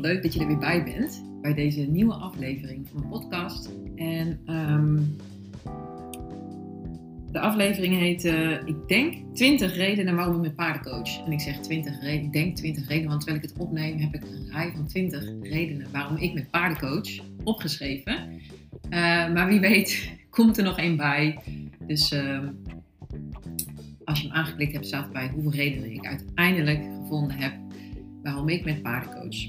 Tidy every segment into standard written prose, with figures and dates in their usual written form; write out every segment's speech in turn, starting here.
leuk dat je er weer bij bent bij deze nieuwe aflevering van mijn podcast. En de aflevering heet, ik denk, 20 redenen waarom ik met paarden coach. En ik zeg 20 redenen, ik denk 20 redenen, want terwijl ik het opneem heb ik een rij van 20 redenen waarom ik met paarden coach opgeschreven. Maar wie weet komt er nog één bij. Dus als je hem aangeklikt hebt, staat erbij hoeveel redenen ik uiteindelijk gevonden heb waarom ik met paarden coach.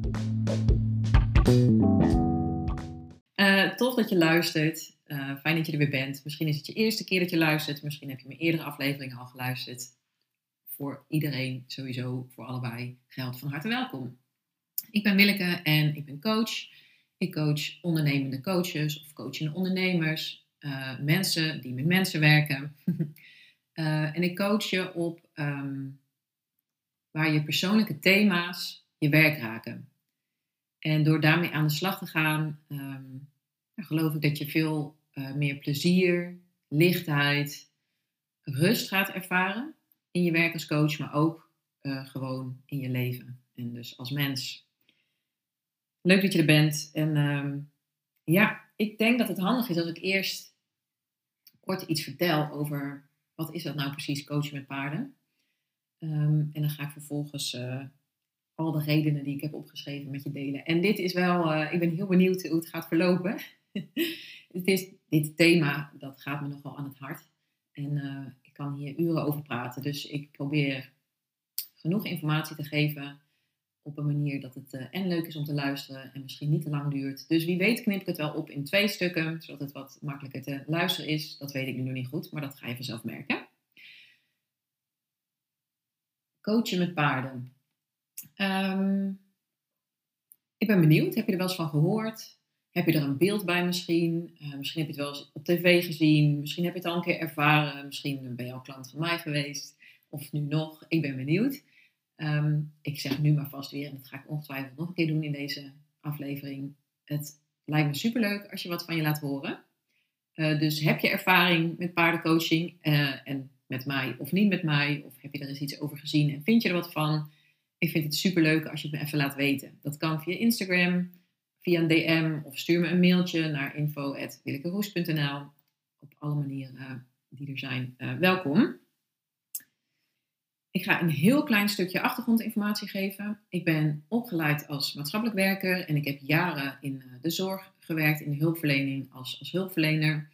Tof dat je luistert. Fijn dat je er weer bent. Misschien is het je eerste keer dat je luistert. Misschien heb je mijn eerdere afleveringen al geluisterd. Voor iedereen, sowieso, voor allebei, geldt van harte welkom. Ik ben Willeke en ik ben coach. Ik coach ondernemende coaches of coachende ondernemers. Mensen die met mensen werken. En ik coach je op waar je persoonlijke thema's je werk raken. En door daarmee aan de slag te gaan, geloof ik dat je veel meer plezier, lichtheid, rust gaat ervaren in je werk als coach, maar ook gewoon in je leven. En dus als mens. Leuk dat je er bent. En ik denk dat het handig is als ik eerst kort iets vertel over wat is dat nou precies, coachen met paarden. En dan ga ik vervolgens al de redenen die ik heb opgeschreven met je delen. En dit is wel, ik ben heel benieuwd hoe het gaat verlopen. Dit thema, dat gaat me nogal aan het hart. En ik kan hier uren over praten. Dus ik probeer genoeg informatie te geven op een manier dat het en leuk is om te luisteren en misschien niet te lang duurt. Dus wie weet knip ik het wel op in 2 stukken, zodat het wat makkelijker te luisteren is. Dat weet ik nu nog niet goed, maar dat ga je vanzelf merken. Coachen met paarden. Ik ben benieuwd, heb je er wel eens van gehoord? Heb je er een beeld bij misschien? Misschien heb je het wel eens op tv gezien. Misschien heb je het al een keer ervaren. Misschien ben je al klant van mij geweest. Of nu nog. Ik ben benieuwd. Ik zeg nu maar vast weer, en dat ga ik ongetwijfeld nog een keer doen in deze aflevering. Het lijkt me superleuk als je wat van je laat horen. Dus heb je ervaring met paardencoaching en met mij of niet met mij? Of heb je er eens iets over gezien en vind je er wat van? Ik vind het superleuk als je het me even laat weten. Dat kan via Instagram, via een DM of stuur me een mailtje naar info@willekeroes.nl. Op alle manieren die er zijn, welkom. Ik ga een heel klein stukje achtergrondinformatie geven. Ik ben opgeleid als maatschappelijk werker en ik heb jaren in de zorg gewerkt, in de hulpverlening als hulpverlener.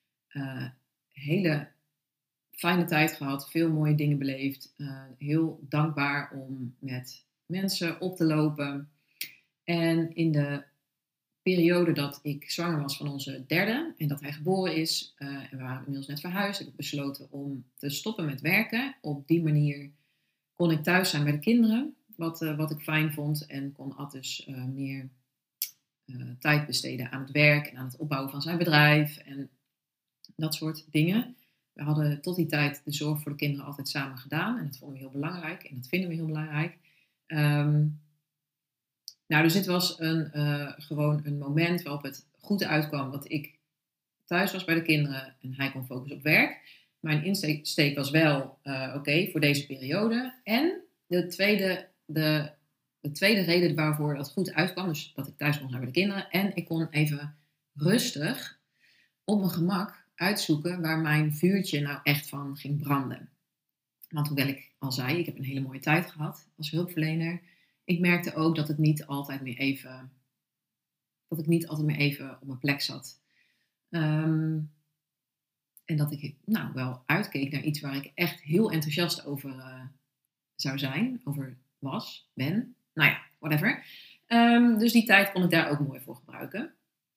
Hele fijne tijd gehad, veel mooie dingen beleefd. Heel dankbaar om met mensen op te lopen. En in de periode dat ik zwanger was van onze derde en dat hij geboren is, en we waren inmiddels net verhuisd, heb ik besloten om te stoppen met werken. Op die manier kon ik thuis zijn bij de kinderen, wat ik fijn vond, en kon Ad dus meer tijd besteden aan het werk en aan het opbouwen van zijn bedrijf en dat soort dingen. We hadden tot die tijd de zorg voor de kinderen altijd samen gedaan en dat vonden we heel belangrijk en dat vinden we heel belangrijk. Dus dit was gewoon een moment waarop het goed uitkwam dat ik thuis was bij de kinderen en hij kon focussen op werk. Mijn insteek was wel oké, voor deze periode. En de tweede reden waarvoor dat goed uitkwam, dus dat ik thuis kon zijn bij de kinderen en ik kon even rustig op mijn gemak uitzoeken waar mijn vuurtje nou echt van ging branden. Want hoewel ik al zei, ik heb een hele mooie tijd gehad als hulpverlener. Ik merkte ook dat ik niet altijd meer even op mijn plek zat. En dat ik wel uitkeek naar iets waar ik echt heel enthousiast over zou zijn. Over ben. Whatever. Dus die tijd kon ik daar ook mooi voor gebruiken.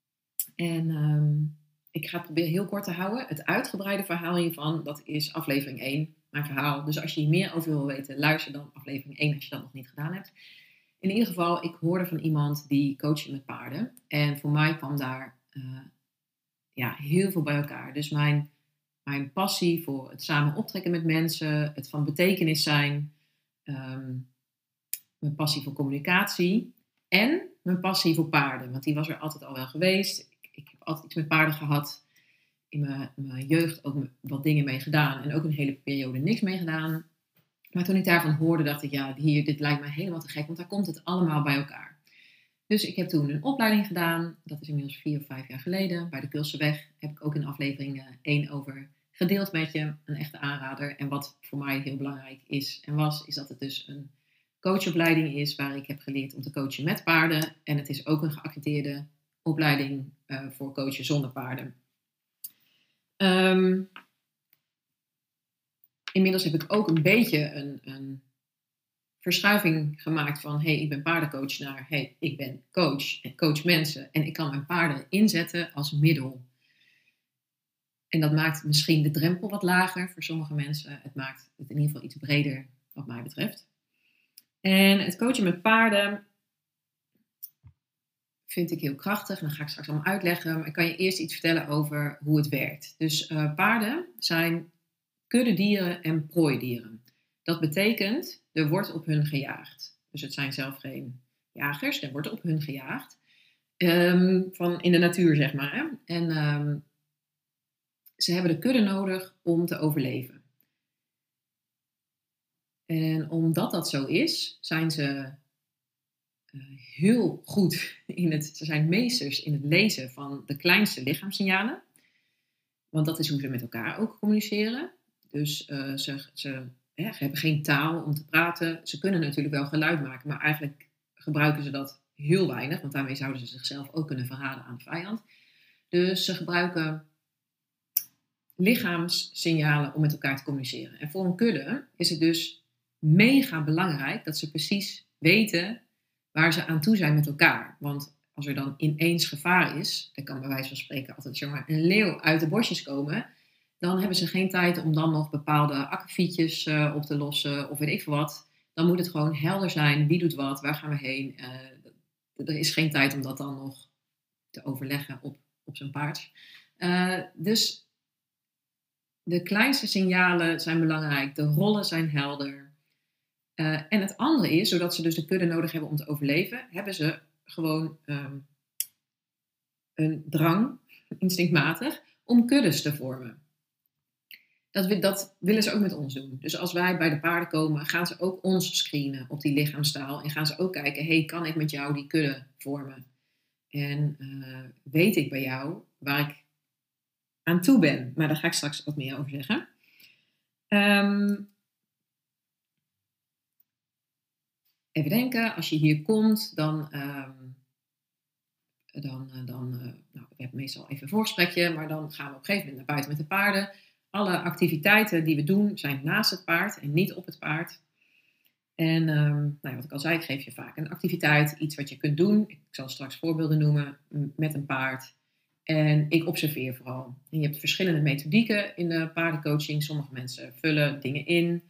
En ik ga het proberen heel kort te houden. Het uitgebreide verhaal hiervan, dat is aflevering 1. Mijn verhaal. Dus als je hier meer over wil weten, luister dan aflevering 1 als je dat nog niet gedaan hebt. In ieder geval, ik hoorde van iemand die coachte met paarden. En voor mij kwam daar heel veel bij elkaar. Dus mijn passie voor het samen optrekken met mensen, het van betekenis zijn, mijn passie voor communicatie en mijn passie voor paarden. Want die was er altijd al wel geweest. Ik heb altijd iets met paarden gehad. In mijn jeugd ook wat dingen mee gedaan. En ook een hele periode niks mee gedaan. Maar toen ik daarvan hoorde, dacht ik, dit lijkt mij helemaal te gek. Want daar komt het allemaal bij elkaar. Dus ik heb toen een opleiding gedaan. Dat is inmiddels 4 of 5 jaar geleden. Bij de Kulseweg heb ik ook in aflevering 1 over gedeeld met je. Een echte aanrader. En wat voor mij heel belangrijk is en was, is dat het dus een coachopleiding is waar ik heb geleerd om te coachen met paarden. En het is ook een geaccrediteerde opleiding voor coachen zonder paarden. Inmiddels heb ik ook een beetje een verschuiving gemaakt van ik ben paardencoach naar ik ben coach en coach mensen en ik kan mijn paarden inzetten als middel. En dat maakt misschien de drempel wat lager voor sommige mensen. Het maakt het in ieder geval iets breder wat mij betreft. En het coachen met paarden vind ik heel krachtig. En dat ga ik straks allemaal uitleggen. Maar ik kan je eerst iets vertellen over hoe het werkt. Dus paarden zijn kuddedieren en prooidieren. Dat betekent, er wordt op hun gejaagd. Dus het zijn zelf geen jagers, er wordt op hun gejaagd. Van in de natuur, zeg maar. Hè? En ze hebben de kudde nodig om te overleven. En omdat dat zo is, zijn ze heel goed ze zijn meesters in het lezen van de kleinste lichaamssignalen. Want dat is hoe ze met elkaar ook communiceren. Dus ze hebben geen taal om te praten. Ze kunnen natuurlijk wel geluid maken, maar eigenlijk gebruiken ze dat heel weinig. Want daarmee zouden ze zichzelf ook kunnen verraden aan de vijand. Dus ze gebruiken lichaamssignalen om met elkaar te communiceren. En voor een kudde is het dus mega belangrijk dat ze precies weten waar ze aan toe zijn met elkaar. Want als er dan ineens gevaar is, er kan bij wijze van spreken altijd zomaar een leeuw uit de bosjes komen, dan hebben ze geen tijd om dan nog bepaalde akkefietjes op te lossen of weet ik veel wat. Dan moet het gewoon helder zijn, wie doet wat, waar gaan we heen. Er is geen tijd om dat dan nog te overleggen op zo'n paard. Dus de kleinste signalen zijn belangrijk, de rollen zijn helder. En het andere is, zodat ze dus de kudde nodig hebben om te overleven, hebben ze gewoon een drang, instinctmatig, om kuddes te vormen. Dat willen ze ook met ons doen. Dus als wij bij de paarden komen, gaan ze ook ons screenen op die lichaamstaal. En gaan ze ook kijken, kan ik met jou die kudde vormen? En weet ik bij jou waar ik aan toe ben? Maar daar ga ik straks wat meer over zeggen. Even denken, als je hier komt, dan we hebben meestal even een voorgesprekje, maar dan gaan we op een gegeven moment naar buiten met de paarden. Alle activiteiten die we doen zijn naast het paard en niet op het paard. En wat ik al zei, ik geef je vaak een activiteit, iets wat je kunt doen. Ik zal straks voorbeelden noemen met een paard. En ik observeer vooral. En je hebt verschillende methodieken in de paardencoaching. Sommige mensen vullen dingen in.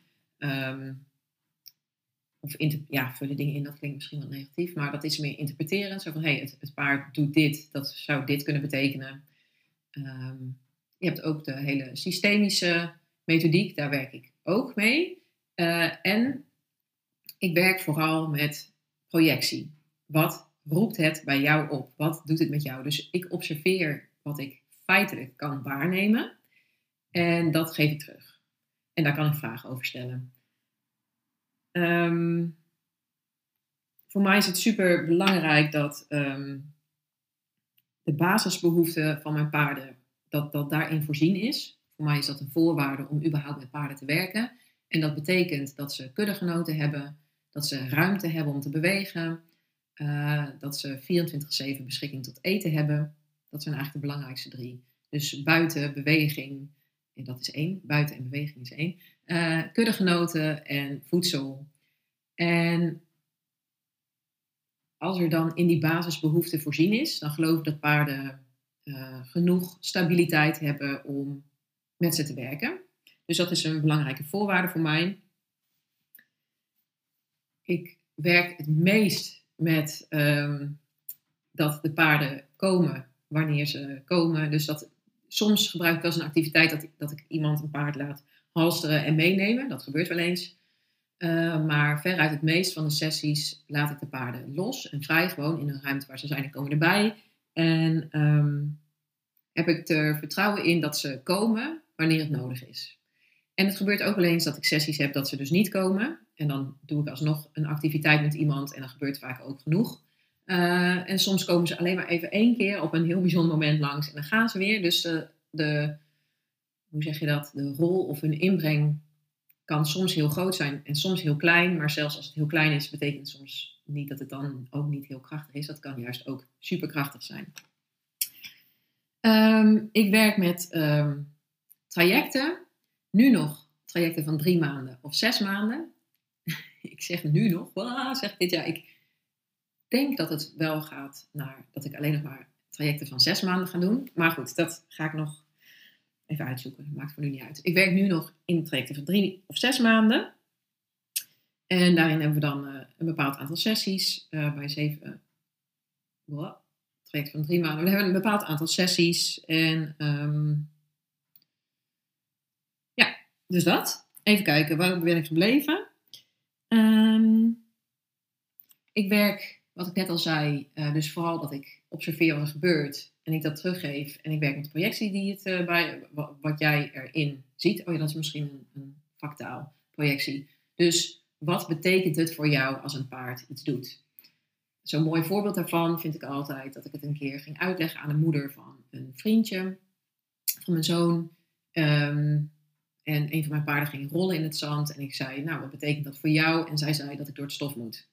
Vullen dingen in, dat klinkt misschien wat negatief. Maar dat is meer interpreteren. Zo van, het paard doet dit. Dat zou dit kunnen betekenen. Je hebt ook de hele systemische methodiek. Daar werk ik ook mee. En ik werk vooral met projectie. Wat roept het bij jou op? Wat doet het met jou? Dus ik observeer wat ik feitelijk kan waarnemen. En dat geef ik terug. En daar kan ik vragen over stellen. Voor mij is het super belangrijk dat de basisbehoeften van mijn paarden, dat daarin voorzien is. Voor mij is dat een voorwaarde om überhaupt met paarden te werken. En dat betekent dat ze kuddegenoten hebben, dat ze ruimte hebben om te bewegen, dat ze 24/7 beschikking tot eten hebben. Dat zijn eigenlijk de belangrijkste 3. Dus buiten, beweging, en dat is 1. Buiten en beweging is 1. Kuddegenoten en voedsel. En als er dan in die basisbehoeften voorzien is, dan geloof ik dat paarden genoeg stabiliteit hebben om met ze te werken. Dus dat is een belangrijke voorwaarde voor mij. Ik werk het meest met dat de paarden komen wanneer ze komen. Dus soms gebruik ik als een activiteit dat ik iemand een paard laat halsteren en meenemen. Dat gebeurt wel eens. Maar veruit het meest van de sessies laat ik de paarden los en vrij, gewoon in een ruimte waar ze zijn. Die komen erbij. En heb ik er vertrouwen in dat ze komen wanneer het nodig is. En het gebeurt ook wel eens dat ik sessies heb dat ze dus niet komen. En dan doe ik alsnog een activiteit met iemand en dan gebeurt vaak ook genoeg. En soms komen ze alleen maar even 1 keer op een heel bijzonder moment langs en dan gaan ze weer. Dus hoe zeg je dat? De rol of hun inbreng kan soms heel groot zijn en soms heel klein. Maar zelfs als het heel klein is, betekent het soms niet dat het dan ook niet heel krachtig is. Dat kan juist ook superkrachtig zijn. Ik werk met trajecten. Nu nog trajecten van 3 maanden of 6 maanden. Ik zeg nu nog, zeg ik dit jaar. Ik denk dat het wel gaat naar dat ik alleen nog maar trajecten van 6 maanden ga doen. Maar goed, dat ga ik nog even uitzoeken. Maakt voor nu niet uit. Ik werk nu nog in trajecten van 3 of 6 maanden. En daarin hebben we dan een bepaald aantal sessies. Bij 7 trajecten van 3 maanden. We hebben een bepaald aantal sessies. En ja, dus dat. Even kijken, waar ben ik gebleven? Ik werk, wat ik net al zei, dus vooral dat ik observeer wat er gebeurt en ik dat teruggeef. En ik werk met projectie die het bij wat jij erin ziet. Oh ja, dat is misschien een vaktaal, projectie. Dus wat betekent het voor jou als een paard iets doet? Zo'n mooi voorbeeld daarvan vind ik altijd dat ik het een keer ging uitleggen aan de moeder van een vriendje van mijn zoon. En een van mijn paarden ging rollen in het zand. En ik zei, nou, wat betekent dat voor jou? En zij zei dat ik door het stof moet.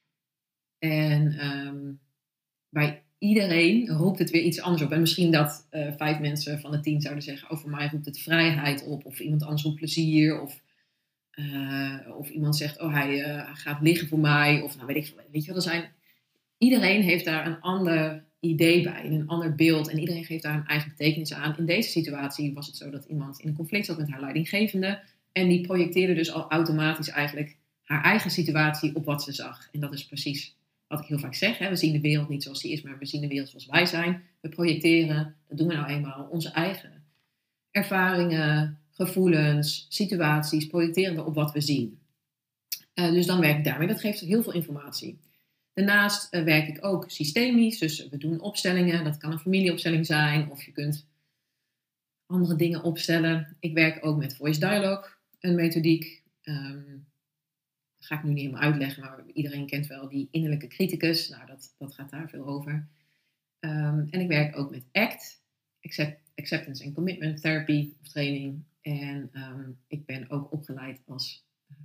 En bij iedereen roept het weer iets anders op. En misschien dat 5 mensen van de 10 zouden zeggen, oh, voor mij roept het vrijheid op. Of iemand anders roept plezier. Of iemand zegt, oh, hij gaat liggen voor mij. Of nou, weet je wel, iedereen heeft daar een ander idee bij. En een ander beeld. En iedereen geeft daar een eigen betekenis aan. In deze situatie was het zo dat iemand in een conflict zat met haar leidinggevende. En die projecteerde dus al automatisch eigenlijk haar eigen situatie op wat ze zag. En dat is precies wat ik heel vaak zeg. Hè. We zien de wereld niet zoals die is, maar we zien de wereld zoals wij zijn. We projecteren, dat doen we nou eenmaal, onze eigen ervaringen, gevoelens, situaties, projecteren we op wat we zien. Dus dan werk ik daarmee. Dat geeft heel veel informatie. Daarnaast werk ik ook systemisch. Dus we doen opstellingen. Dat kan een familieopstelling zijn. Of je kunt andere dingen opstellen. Ik werk ook met voice dialogue. Een methodiek. Dat ga ik nu niet helemaal uitleggen. Maar iedereen kent wel die innerlijke criticus. Nou, dat gaat daar veel over. En ik werk ook met ACT. Acceptance and Commitment Therapy of training. En ik ben ook opgeleid als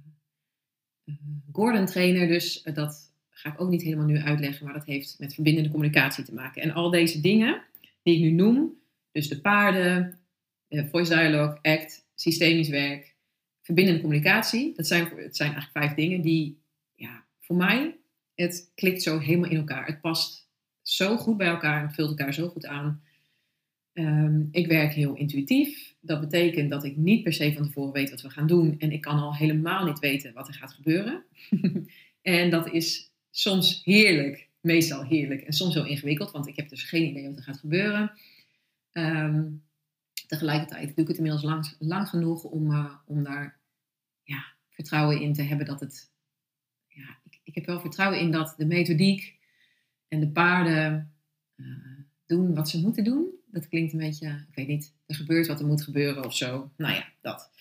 Gordon trainer. Dus dat ga ik ook niet helemaal nu uitleggen, maar dat heeft met verbindende communicatie te maken. En al deze dingen die ik nu noem, dus de paarden, voice dialogue, ACT, systemisch werk, verbindende communicatie, het zijn eigenlijk 5 dingen die, ja, voor mij, het klikt zo helemaal in elkaar. Het past zo goed bij elkaar en het vult elkaar zo goed aan. Ik werk heel intuïtief. Dat betekent dat ik niet per se van tevoren weet wat we gaan doen. En ik kan al helemaal niet weten wat er gaat gebeuren. En dat is soms heerlijk, meestal heerlijk. En soms heel ingewikkeld, want ik heb dus geen idee wat er gaat gebeuren. Tegelijkertijd doe ik het inmiddels lang genoeg om daar vertrouwen in te hebben dat het... Ja, ik heb wel vertrouwen in dat de methodiek en de paarden doen wat ze moeten doen. Dat klinkt een beetje, ik weet niet, er gebeurt wat er moet gebeuren of zo. Nou ja, dat.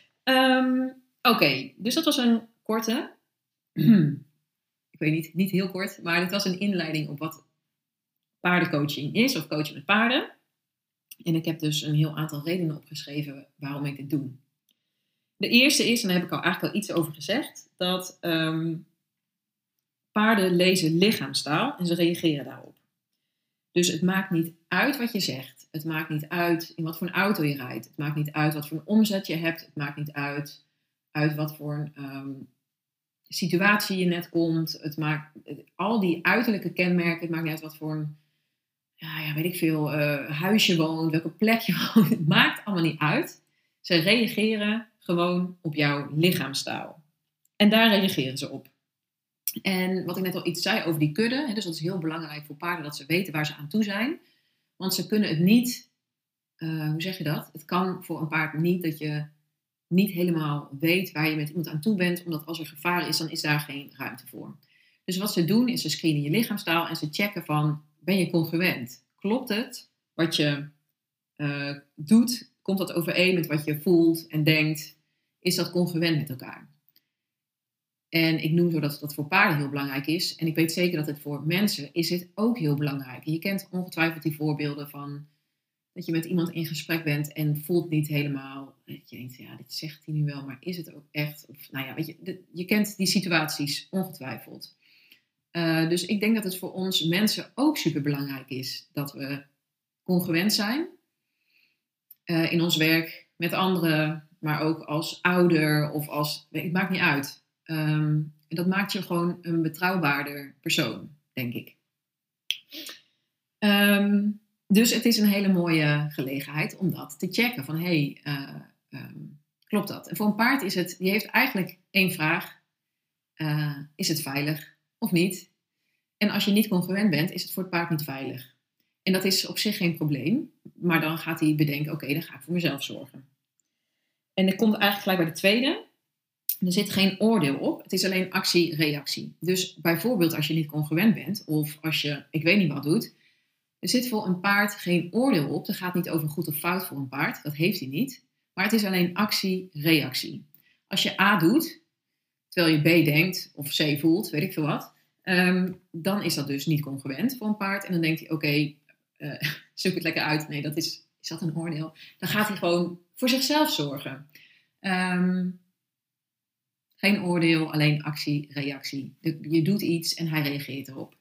Oké, dus dat was een korte. Ik weet niet heel kort, maar dit was een inleiding op wat paardencoaching is, of coachen met paarden. En ik heb dus een heel aantal redenen opgeschreven waarom ik dit doe. De eerste is, en daar heb ik eigenlijk al iets over gezegd, dat paarden lezen lichaamstaal en ze reageren daarop. Dus het maakt niet uit wat je zegt. Het maakt niet uit in wat voor een auto je rijdt. Het maakt niet uit wat voor een omzet je hebt. Het maakt niet uit wat voor een situatie je net komt. Al die uiterlijke kenmerken. Het maakt niet uit wat voor een, weet ik veel, huis je woont. Welke plek je woont. Het maakt allemaal niet uit. Ze reageren gewoon op jouw lichaamstaal. En daar reageren ze op. En wat ik net al iets zei over die kudde. Dus dat is heel belangrijk voor paarden dat ze weten waar ze aan toe zijn. Want ze kunnen het niet, hoe zeg je dat? Het kan voor een paard niet dat je niet helemaal weet waar je met iemand aan toe bent. Omdat als er gevaar is, dan is daar geen ruimte voor. Dus wat ze doen is ze screenen je lichaamstaal en ze checken van, ben je congruent? Klopt het wat je doet? Komt dat overeen met wat je voelt en denkt? Is dat congruent met elkaar? En ik noem zo dat dat voor paarden heel belangrijk is. En ik weet zeker dat het voor mensen is het ook heel belangrijk. En je kent ongetwijfeld die voorbeelden van dat je met iemand in gesprek bent en voelt niet helemaal. Dat je denkt, ja, dit zegt hij nu wel, maar is het ook echt? Of, nou ja, weet je, je kent die situaties ongetwijfeld. Dus ik denk dat het voor ons mensen ook super belangrijk is dat we congruent zijn in ons werk met anderen, maar ook als ouder of als, het maakt niet uit. En dat maakt je gewoon een betrouwbaarder persoon, denk ik. Dus het is een hele mooie gelegenheid om dat te checken. Van, klopt dat? En voor een paard is het, die heeft eigenlijk één vraag. Is het veilig of niet? En als je niet congruent bent, is het voor het paard niet veilig. En dat is op zich geen probleem. Maar dan gaat hij bedenken, oké, dan ga ik voor mezelf zorgen. En dat komt eigenlijk gelijk bij de tweede. Er zit geen oordeel op. Het is alleen actie-reactie. Dus bijvoorbeeld als je niet congruent bent, of als je, ik weet niet wat doet, er zit voor een paard geen oordeel op. Het gaat niet over goed of fout voor een paard. Dat heeft hij niet. Maar het is alleen actie-reactie. Als je A doet, terwijl je B denkt, of C voelt, weet ik veel wat, dan is dat dus niet congruent voor een paard. En dan denkt hij, oké, zoek het lekker uit. Nee, is dat een oordeel? Dan gaat hij gewoon voor zichzelf zorgen. Geen oordeel, alleen actie-reactie. Je doet iets en hij reageert erop.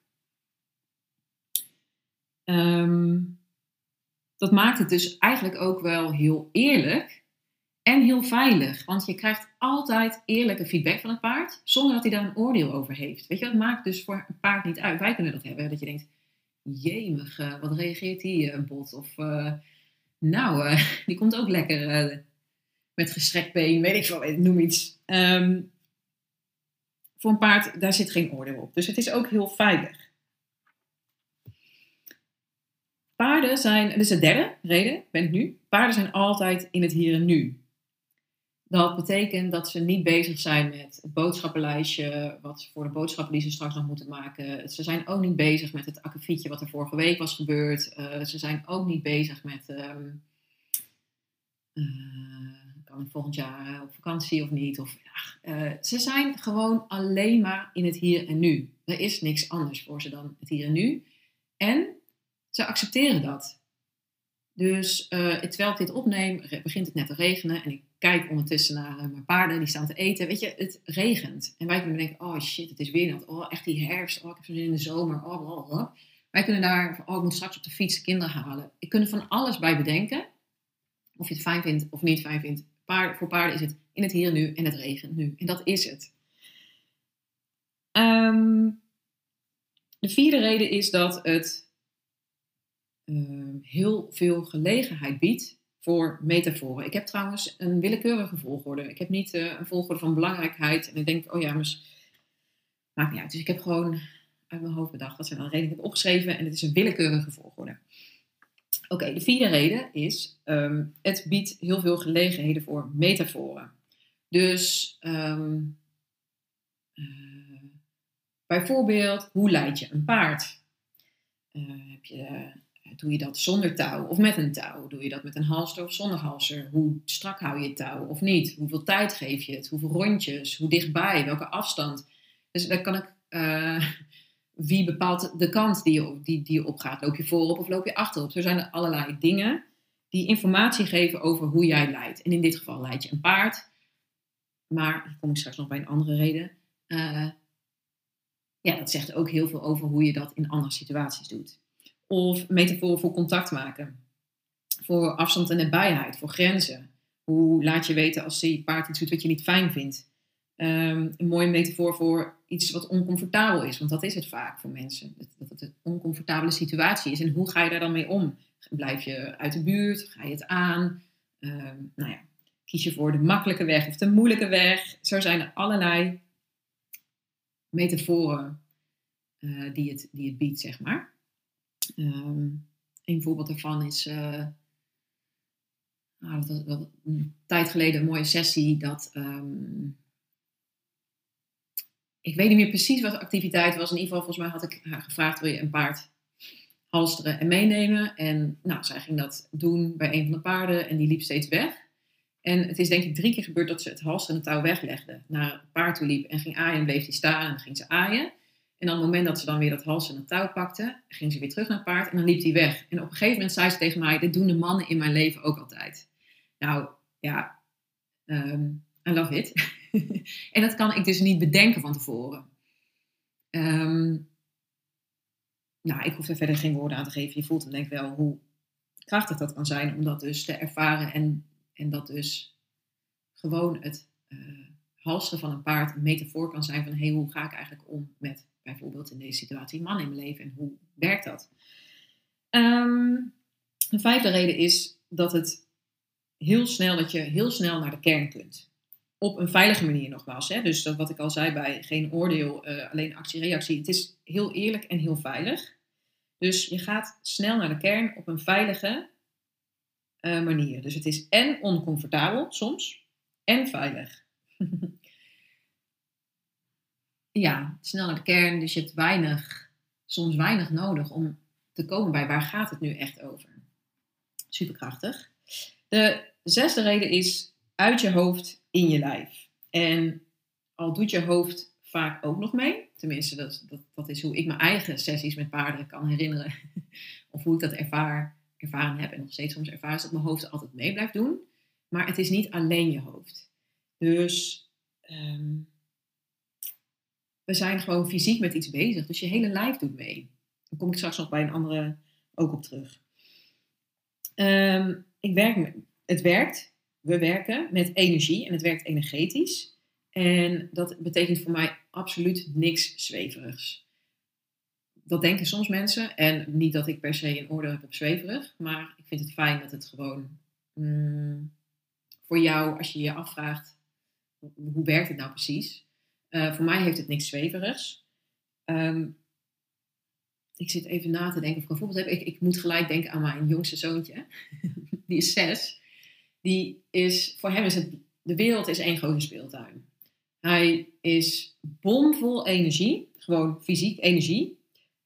Dat maakt het dus eigenlijk ook wel heel eerlijk en heel veilig. Want je krijgt altijd eerlijke feedback van het paard, zonder dat hij daar een oordeel over heeft. Weet je, dat maakt dus voor een paard niet uit. Wij kunnen dat hebben, dat je denkt, jemig, wat reageert die bot? Of, die komt ook lekker met gestrekt been, weet ik veel, noem iets. Voor een paard, daar zit geen oordeel op. Dus het is ook heel veilig. Paarden zijn, dit is de derde reden, ben ik nu. Paarden zijn altijd in het hier en nu. Dat betekent dat ze niet bezig zijn met het boodschappenlijstje, wat voor de boodschappen die ze straks nog moeten maken. Ze zijn ook niet bezig met het akkefietje wat er vorige week was gebeurd. Ze zijn ook niet bezig met, kan ik volgend jaar op vakantie of niet? Ze zijn gewoon alleen maar in het hier en nu. Er is niks anders voor ze dan het hier en nu. En ze accepteren dat. Dus terwijl ik dit opneem, begint het net te regenen. En ik kijk ondertussen naar mijn paarden, die staan te eten. Weet je, het regent. En wij kunnen denken, oh shit, het is weer nat. Oh, echt die herfst. Oh, ik heb zo'n zin in de zomer. Oh, blablabla. Wij kunnen daar, oh, ik moet straks op de fiets kinderen halen. Ik kan er van alles bij bedenken. Of je het fijn vindt of niet fijn vindt. Voor paarden is het in het hier en nu en het regent nu. En dat is het. De vierde reden is dat het heel veel gelegenheid biedt voor metaforen. Ik heb trouwens een willekeurige volgorde. Ik heb niet een volgorde van belangrijkheid. En ik denk, oh ja, maakt niet uit. Dus ik heb gewoon uit mijn hoofd bedacht wat zijn dan redenen ik heb opgeschreven. En het is een willekeurige volgorde. Oké, de vierde reden is, het biedt heel veel gelegenheden voor metaforen. Dus bijvoorbeeld, hoe leid je een paard? Doe je dat zonder touw of met een touw? Doe je dat met een halster of zonder halster? Hoe strak hou je het touw of niet? Hoeveel tijd geef je het? Hoeveel rondjes? Hoe dichtbij? Welke afstand? Dus daar kan ik... wie bepaalt de kant die je opgaat? Loop je voorop of loop je achterop? Zo zijn er allerlei dingen die informatie geven over hoe jij leidt. En in dit geval leid je een paard. Maar, daar kom ik straks nog bij een andere reden. Dat zegt ook heel veel over hoe je dat in andere situaties doet. Of metaforen voor contact maken. Voor afstand en nabijheid. Voor grenzen. Hoe laat je weten als je paard iets doet wat je niet fijn vindt. Een mooie metafoor voor iets wat oncomfortabel is. Want dat is het vaak voor mensen. Dat het een oncomfortabele situatie is. En hoe ga je daar dan mee om? Blijf je uit de buurt? Ga je het aan? Kies je voor de makkelijke weg of de moeilijke weg? Zo zijn er allerlei metaforen die het biedt, zeg maar. Een voorbeeld daarvan is... dat was wel een tijd geleden een mooie sessie dat... ik weet niet meer precies wat de activiteit was. In ieder geval, volgens mij had ik haar gevraagd, wil je een paard halsteren en meenemen? En zij ging dat doen bij een van de paarden en die liep steeds weg. En het is denk ik 3 keer gebeurd dat ze het halster en het touw weglegde. Naar het paard toe liep en ging aaien en bleef die staan en dan ging ze aaien. En dan op het moment dat ze dan weer dat halster en het touw pakte, ging ze weer terug naar het paard en dan liep die weg. En op een gegeven moment zei ze tegen mij, dit doen de mannen in mijn leven ook altijd. Nou, ja, I love it. En dat kan ik dus niet bedenken van tevoren. Nou, ik hoef er verder geen woorden aan te geven. Je voelt hem denk ik wel hoe krachtig dat kan zijn om dat dus te ervaren en dat dus gewoon het halsteren van een paard een metafoor kan zijn van hoe ga ik eigenlijk om met bijvoorbeeld in deze situatie een man in mijn leven en hoe werkt dat? De 5e reden is dat je heel snel naar de kern kunt. Op een veilige manier nogmaals. Hè? Dus dat wat ik al zei bij geen oordeel, alleen actie-reactie. Het is heel eerlijk en heel veilig. Dus je gaat snel naar de kern op een veilige manier. Dus het is en oncomfortabel soms en veilig. Ja, snel naar de kern. Dus je hebt soms weinig nodig om te komen bij waar gaat het nu echt over. Superkrachtig. De 6e reden is uit je hoofd in je lijf. En al doet je hoofd vaak ook nog mee. Tenminste, dat is hoe ik mijn eigen sessies met paarden kan herinneren. Of hoe ik dat ervaren heb en nog steeds soms ervaar, is dat mijn hoofd altijd mee blijft doen. Maar het is niet alleen je hoofd. Dus we zijn gewoon fysiek met iets bezig. Dus je hele lijf doet mee. Daar kom ik straks nog bij een andere ook op terug. We werken met energie en het werkt energetisch. En dat betekent voor mij absoluut niks zweverigs. Dat denken soms mensen. En niet dat ik per se een oordeel heb op zweverig. Maar ik vind het fijn dat het gewoon voor jou, als je je afvraagt, hoe werkt het nou precies? Voor mij heeft het niks zweverigs. Ik zit even na te denken of ik een voorbeeld heb. Ik moet gelijk denken aan mijn jongste zoontje. Die is 6. Voor hem is de wereld is één grote speeltuin. Hij is bomvol energie. Gewoon fysiek energie.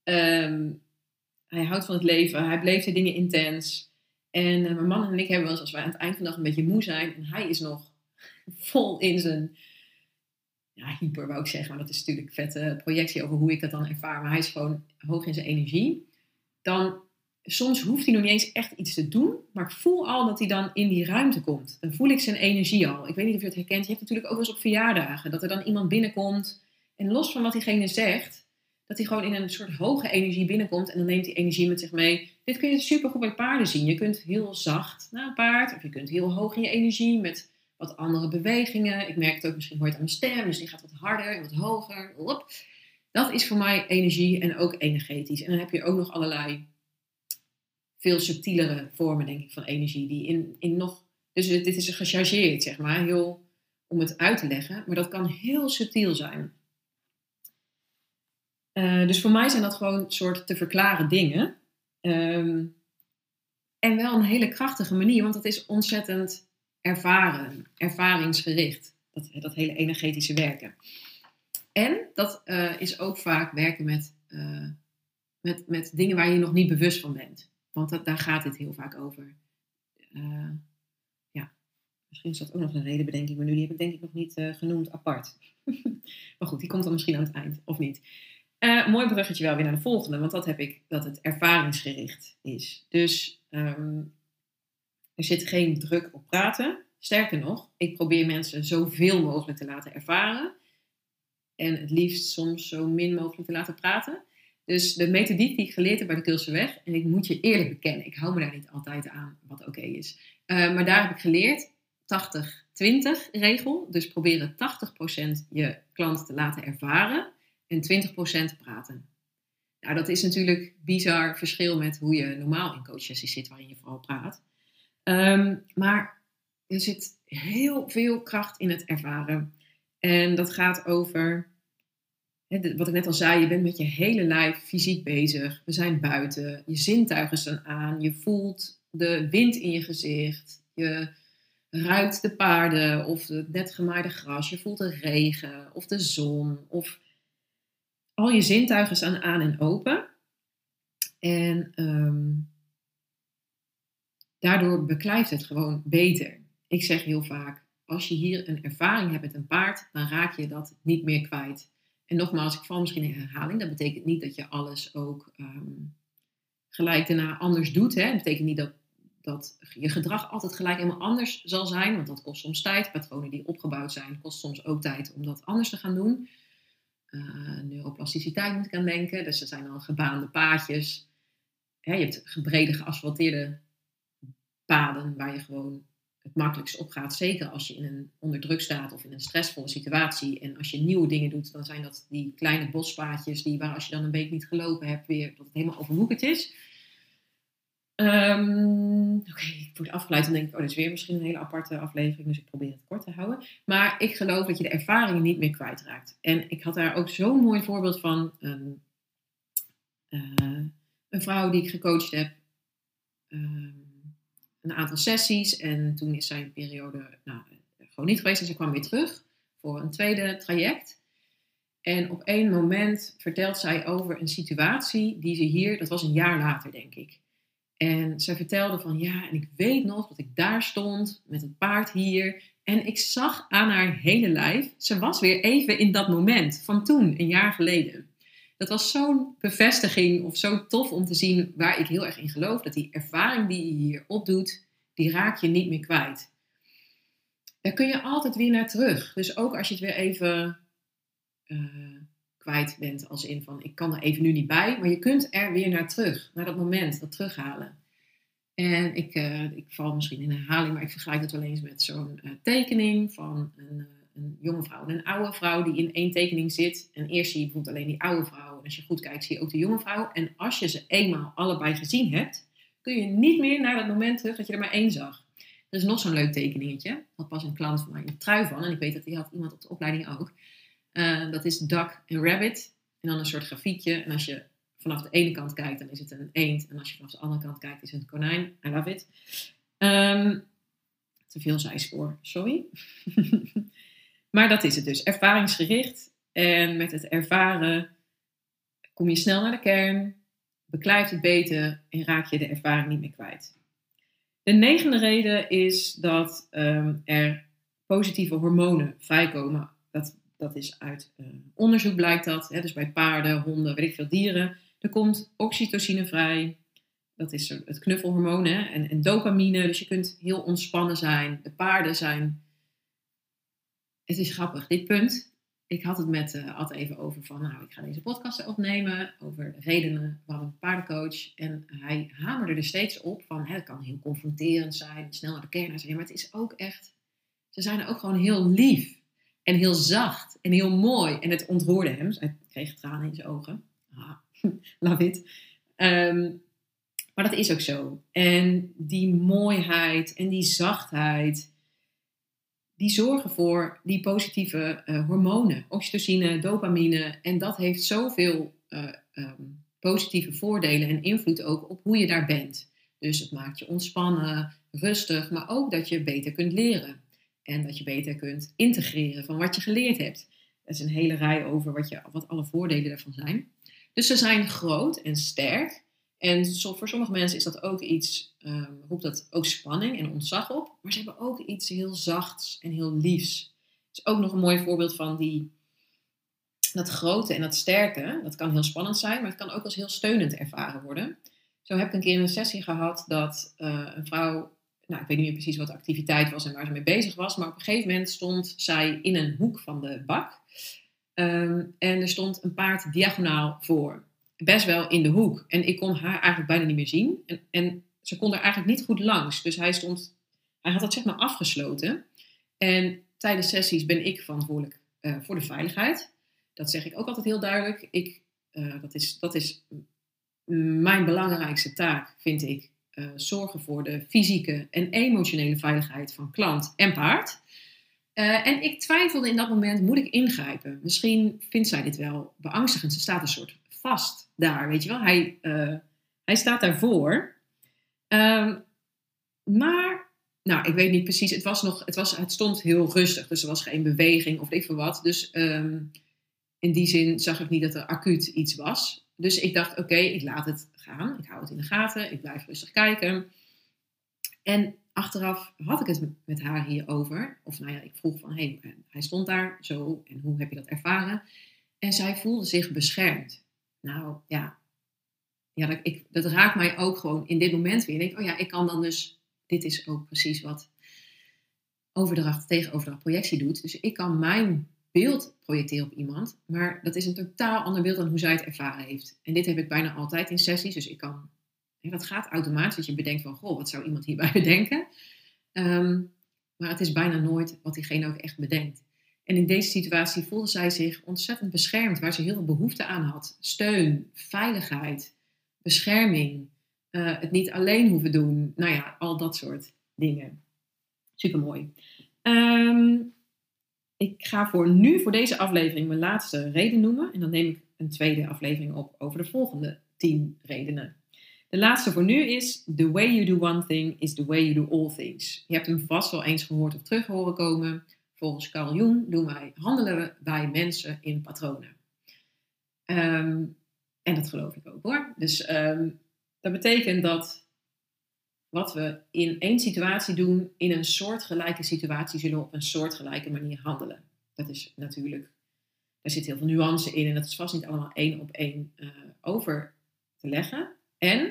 Hij houdt van het leven. Hij beleeft de dingen intens. En mijn man en ik hebben wel eens, als wij aan het eind van de dag een beetje moe zijn. En hij is nog vol in zijn... Ja, hyper wou ik zeggen. Maar dat is natuurlijk een vette projectie over hoe ik dat dan ervaar. Maar hij is gewoon hoog in zijn energie. Dan... Soms hoeft hij nog niet eens echt iets te doen, maar ik voel al dat hij dan in die ruimte komt. Dan voel ik zijn energie al. Ik weet niet of je het herkent. Je hebt natuurlijk ook wel eens op verjaardagen dat er dan iemand binnenkomt. En los van wat diegene zegt, dat hij gewoon in een soort hoge energie binnenkomt. En dan neemt die energie met zich mee. Dit kun je super goed bij paarden zien. Je kunt heel zacht naar een paard. Of je kunt heel hoog in je energie met wat andere bewegingen. Ik merk het ook, misschien hoor je het aan mijn stem. Dus die gaat wat harder en wat hoger. Dat is voor mij energie en ook energetisch. En dan heb je ook nog allerlei... veel subtielere vormen, denk ik, van energie. Die in nog... Dus dit is gechargeerd, zeg maar. Heel, om het uit te leggen. Maar dat kan heel subtiel zijn. Dus voor mij zijn dat gewoon soort te verklaren dingen. En wel een hele krachtige manier. Want het is ontzettend ervaringsgericht. Dat hele energetische werken. En dat is ook vaak werken met dingen waar je nog niet bewust van bent. Want daar gaat dit heel vaak over. Ja, misschien is dat ook nog een reden, bedenk ik me nu. Die heb ik denk ik nog niet genoemd apart. Maar goed, die komt dan misschien aan het eind, of niet. Mooi bruggetje wel weer naar de volgende. Want dat heb ik, dat het ervaringsgericht is. Dus er zit geen druk op praten. Sterker nog, ik probeer mensen zoveel mogelijk te laten ervaren. En het liefst soms zo min mogelijk te laten praten. Dus de methodiek die ik geleerd heb bij de Keulse Weg, en ik moet je eerlijk bekennen, ik hou me daar niet altijd aan wat oké is. Maar daar heb ik geleerd 80-20 regel. Dus proberen 80% je klant te laten ervaren en 20% praten. Nou, dat is natuurlijk een bizar verschil met hoe je normaal in coachsessies zit, waarin je vooral praat. Maar er zit heel veel kracht in het ervaren. En dat gaat over... Wat ik net al zei, je bent met je hele lijf fysiek bezig. We zijn buiten. Je zintuigen staan aan. Je voelt de wind in je gezicht. Je ruikt de paarden of het net gemaaide gras. Je voelt de regen of de zon. Of al je zintuigen staan aan en open. En daardoor beklijft het gewoon beter. ik zeg heel vaak, als je hier een ervaring hebt met een paard, dan raak je dat niet meer kwijt. En nogmaals, ik val misschien in herhaling. Dat betekent niet dat je alles ook gelijk daarna anders doet. Hè? Dat betekent niet dat je gedrag altijd gelijk helemaal anders zal zijn. Want dat kost soms tijd. Patronen die opgebouwd zijn, kost soms ook tijd om dat anders te gaan doen. Neuroplasticiteit moet ik aan denken. Dus er zijn al gebaande paadjes. Je hebt brede geasfalteerde paden waar je gewoon het makkelijkst op gaat. Zeker als je in een onder druk staat of in een stressvolle situatie. En als je nieuwe dingen doet, dan zijn dat die kleine bospaadjes waar als je dan een week niet gelopen hebt, weer dat het helemaal overwoekerd is. Oké, ik word afgeleid en denk ik, dit is weer misschien een hele aparte aflevering, dus ik probeer het kort te houden. Maar ik geloof dat je de ervaringen niet meer kwijtraakt. En ik had daar ook zo'n mooi voorbeeld van. Een vrouw die ik gecoacht heb. Een aantal sessies. En toen is zij een periode gewoon niet geweest. En ze kwam weer terug voor een tweede traject. En op één moment vertelt zij over een situatie die ze hier, dat was een jaar later denk ik. En zij vertelde van en ik weet nog dat ik daar stond met een paard hier. En ik zag aan haar hele lijf, ze was weer even in dat moment van toen, een jaar geleden. Dat was zo'n bevestiging of zo tof om te zien waar ik heel erg in geloof. Dat die ervaring die je hier opdoet, die raak je niet meer kwijt. Daar kun je altijd weer naar terug. Dus ook als je het weer even kwijt bent. Als in van, ik kan er even nu niet bij. Maar je kunt er weer naar terug. Naar dat moment, dat terughalen. En ik val misschien in herhaling. Maar ik vergelijk het wel eens met zo'n tekening van een jonge vrouw en een oude vrouw die in één tekening zit. En eerst zie je bijvoorbeeld alleen die oude vrouw. En als je goed kijkt zie je ook de jonge vrouw. En als je ze eenmaal allebei gezien hebt, kun je niet meer naar dat moment terug dat je er maar één zag. Er is nog zo'n leuk tekeningetje. Had pas een klant van mij een trui van. En ik weet dat die had iemand op de opleiding ook. Dat is duck en rabbit. En dan een soort grafiekje. En als je vanaf de ene kant kijkt, dan is het een eend. En als je vanaf de andere kant kijkt, is het een konijn. I love it. Te veel zijspoor, sorry. Maar dat is het dus. Ervaringsgericht. En met het ervaren kom je snel naar de kern. Beklijft het beter en raak je de ervaring niet meer kwijt. De 9e reden is dat er positieve hormonen vrijkomen. Dat is uit onderzoek blijkt dat. Dus bij paarden, honden, weet ik veel dieren. Er komt oxytocine vrij. Dat is het knuffelhormoon. En dopamine. Dus je kunt heel ontspannen zijn. De paarden zijn... Het is grappig, dit punt. Ik had het met Ad even over van... ik ga deze podcast opnemen. Over redenen waarom een paardencoach. En hij hamerde er steeds op van... het kan heel confronterend zijn. Snel naar de kern zijn. Maar het is ook echt... Ze zijn ook gewoon heel lief. En heel zacht. En heel mooi. En het ontroerde hem. Dus hij kreeg tranen in zijn ogen. Love it. Maar dat is ook zo. En die mooiheid en die zachtheid... die zorgen voor die positieve hormonen. Oxytocine, dopamine. En dat heeft zoveel positieve voordelen en invloed ook op hoe je daar bent. Dus het maakt je ontspannen, rustig. Maar ook dat je beter kunt leren. En dat je beter kunt integreren van wat je geleerd hebt. Er is een hele rij over wat alle voordelen daarvan zijn. Dus ze zijn groot en sterk. En voor sommige mensen is dat ook iets, roept dat ook spanning en ontzag op. Maar ze hebben ook iets heel zachts en heel liefs. Dat is ook nog een mooi voorbeeld van dat grote en dat sterke. Dat kan heel spannend zijn, maar het kan ook als heel steunend ervaren worden. Zo heb ik een keer een sessie gehad dat een vrouw... ik weet niet meer precies wat de activiteit was en waar ze mee bezig was. Maar op een gegeven moment stond zij in een hoek van de bak. En er stond een paard diagonaal voor. Best wel in de hoek. En ik kon haar eigenlijk bijna niet meer zien. En ze kon er eigenlijk niet goed langs. Dus hij had dat zeg maar afgesloten. En tijdens sessies ben ik verantwoordelijk voor de veiligheid. Dat zeg ik ook altijd heel duidelijk. Dat is mijn belangrijkste taak, vind ik. Zorgen voor de fysieke en emotionele veiligheid van klant en paard. En ik twijfelde in dat moment, moet ik ingrijpen? Misschien vindt zij dit wel beangstigend. Ze staat een soort vast daar, weet je wel. Hij staat daarvoor. Maar, ik weet niet precies. Het stond heel rustig, dus er was geen beweging of weet ik veel wat. Dus in die zin zag ik niet dat er acuut iets was. Dus ik dacht, oké, ik laat het gaan. Ik hou het in de gaten. Ik blijf rustig kijken. En achteraf had ik het met haar hierover. Of nou ja, ik vroeg van, hij stond daar zo en hoe heb je dat ervaren? En zij voelde zich beschermd. Nou ja, dat raakt mij ook gewoon in dit moment weer. Ik denk, oh ja, ik kan dan dus, dit is ook precies wat overdracht, tegenoverdracht, projectie doet. Dus ik kan mijn beeld projecteren op iemand, maar dat is een totaal ander beeld dan hoe zij het ervaren heeft. En dit heb ik bijna altijd in sessies, dus ik kan, dat gaat automatisch, dat je bedenkt van, goh, wat zou iemand hierbij bedenken? Maar het is bijna nooit wat diegene ook echt bedenkt. En in deze situatie voelde zij zich ontzettend beschermd, waar ze heel veel behoefte aan had. Steun, veiligheid, bescherming, het niet alleen hoeven doen. Nou ja, al dat soort dingen. Supermooi. Ik ga voor deze aflevering mijn laatste reden noemen. En dan neem ik een tweede aflevering op over de volgende 10 redenen. De laatste voor nu is: the way you do one thing is the way you do all things. Je hebt hem vast wel eens gehoord of terug horen komen. Volgens Carl Jung handelen wij mensen in patronen. En dat geloof ik ook hoor. Dus dat betekent dat wat we in één situatie doen, in een soortgelijke situatie zullen we op een soortgelijke manier handelen. Dat is natuurlijk, daar zit heel veel nuance in en dat is vast niet allemaal 1 op 1 over te leggen. En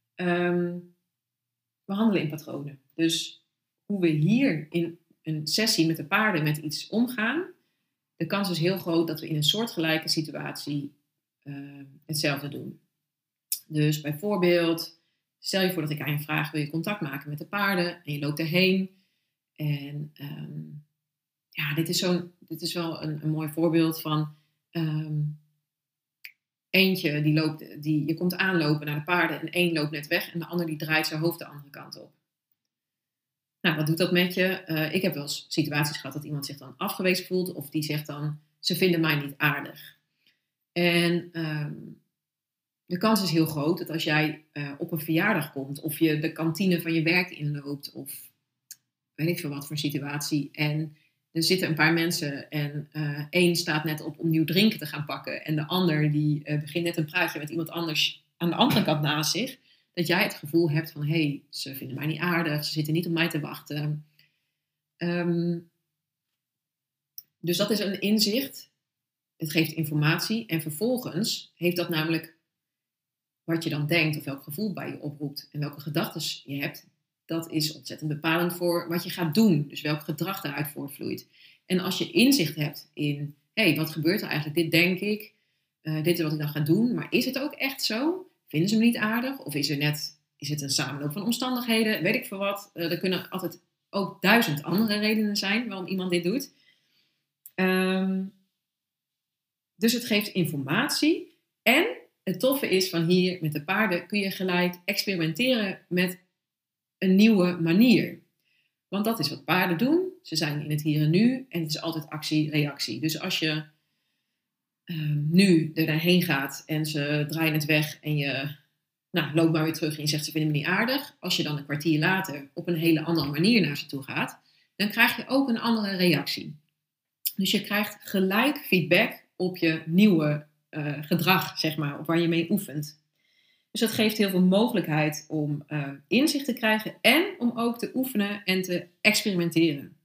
we handelen in patronen. Dus hoe we hier in een sessie met de paarden met iets omgaan, de kans is heel groot dat we in een soortgelijke situatie hetzelfde doen. Dus bijvoorbeeld, stel je voor dat ik aan je vraag, wil je contact maken met de paarden? En je loopt erheen. En dit is wel een mooi voorbeeld van eentje je komt aanlopen naar de paarden en één loopt net weg en de ander die draait zijn hoofd de andere kant op. Nou, wat doet dat met je? Ik heb wel eens situaties gehad dat iemand zich dan afgewezen voelt of die zegt dan, ze vinden mij niet aardig. En de kans is heel groot dat als jij op een verjaardag komt of je de kantine van je werk inloopt of weet ik veel wat voor situatie en er zitten een paar mensen en één staat net op om nieuw drinken te gaan pakken en de ander die begint net een praatje met iemand anders aan de andere kant naast zich, dat jij het gevoel hebt van ze vinden mij niet aardig, ze zitten niet op mij te wachten. Dus dat is een inzicht. Het geeft informatie en vervolgens heeft dat namelijk wat je dan denkt of welk gevoel bij je oproept en welke gedachten je hebt, dat is ontzettend bepalend voor wat je gaat doen. Dus welk gedrag daaruit voortvloeit. En als je inzicht hebt in, wat gebeurt er eigenlijk? Dit denk ik, dit is wat ik dan ga doen. Maar is het ook echt zo? Vinden ze me niet aardig? Of is het een samenloop van omstandigheden? Weet ik veel wat. Er kunnen altijd ook 1000 andere redenen zijn waarom iemand dit doet. Dus het geeft informatie. En het toffe is van hier met de paarden kun je gelijk experimenteren met een nieuwe manier. Want dat is wat paarden doen. Ze zijn in het hier en nu en het is altijd actie-reactie. Dus als je nu er daarheen gaat en ze draaien het weg en je loopt maar weer terug en je zegt ze vinden me niet aardig. Als je dan een kwartier later op een hele andere manier naar ze toe gaat, dan krijg je ook een andere reactie. Dus je krijgt gelijk feedback op je nieuwe gedrag, zeg maar, op waar je mee oefent. Dus dat geeft heel veel mogelijkheid om inzicht te krijgen en om ook te oefenen en te experimenteren.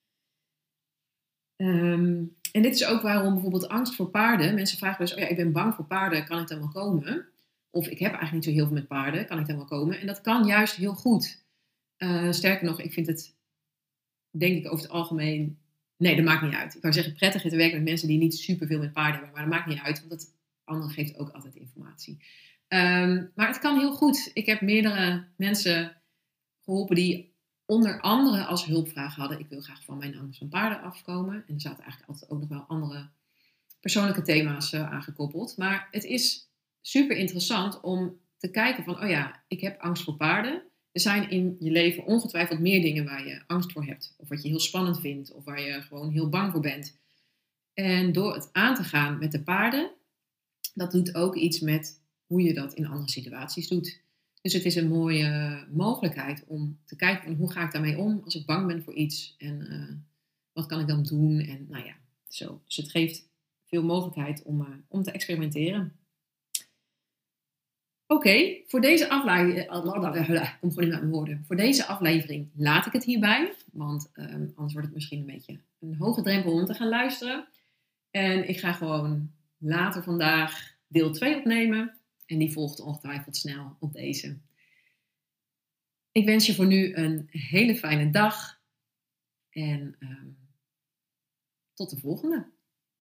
En dit is ook waarom bijvoorbeeld angst voor paarden. Mensen vragen dus, ik ben bang voor paarden, kan ik dan wel komen? Of ik heb eigenlijk niet zo heel veel met paarden, kan ik dan wel komen? En dat kan juist heel goed. Sterker nog, ik vind het, denk ik over het algemeen, nee, dat maakt niet uit. Ik wou zeggen, prettig te werken met mensen die niet superveel met paarden hebben, maar dat maakt niet uit, want dat andere geeft ook altijd informatie. Maar het kan heel goed. Ik heb meerdere mensen geholpen die onder andere als hulpvraag hadden, ik wil graag van mijn angst van paarden afkomen. En er zaten eigenlijk altijd ook nog wel andere persoonlijke thema's aangekoppeld. Maar het is super interessant om te kijken van, ik heb angst voor paarden. Er zijn in je leven ongetwijfeld meer dingen waar je angst voor hebt. Of wat je heel spannend vindt. Of waar je gewoon heel bang voor bent. En door het aan te gaan met de paarden, dat doet ook iets met hoe je dat in andere situaties doet. Dus het is een mooie mogelijkheid om te kijken van hoe ga ik daarmee om als ik bang ben voor iets. En wat kan ik dan doen? En zo. Dus het geeft veel mogelijkheid om te experimenteren. Oké, voor deze aflevering, kom gewoon niet met mijn woorden. Voor deze aflevering laat ik het hierbij, want anders wordt het misschien een beetje een hoge drempel om te gaan luisteren. En ik ga gewoon later vandaag deel 2 opnemen en die volgt ongetwijfeld snel op deze. Ik wens je voor nu een hele fijne dag en tot de volgende.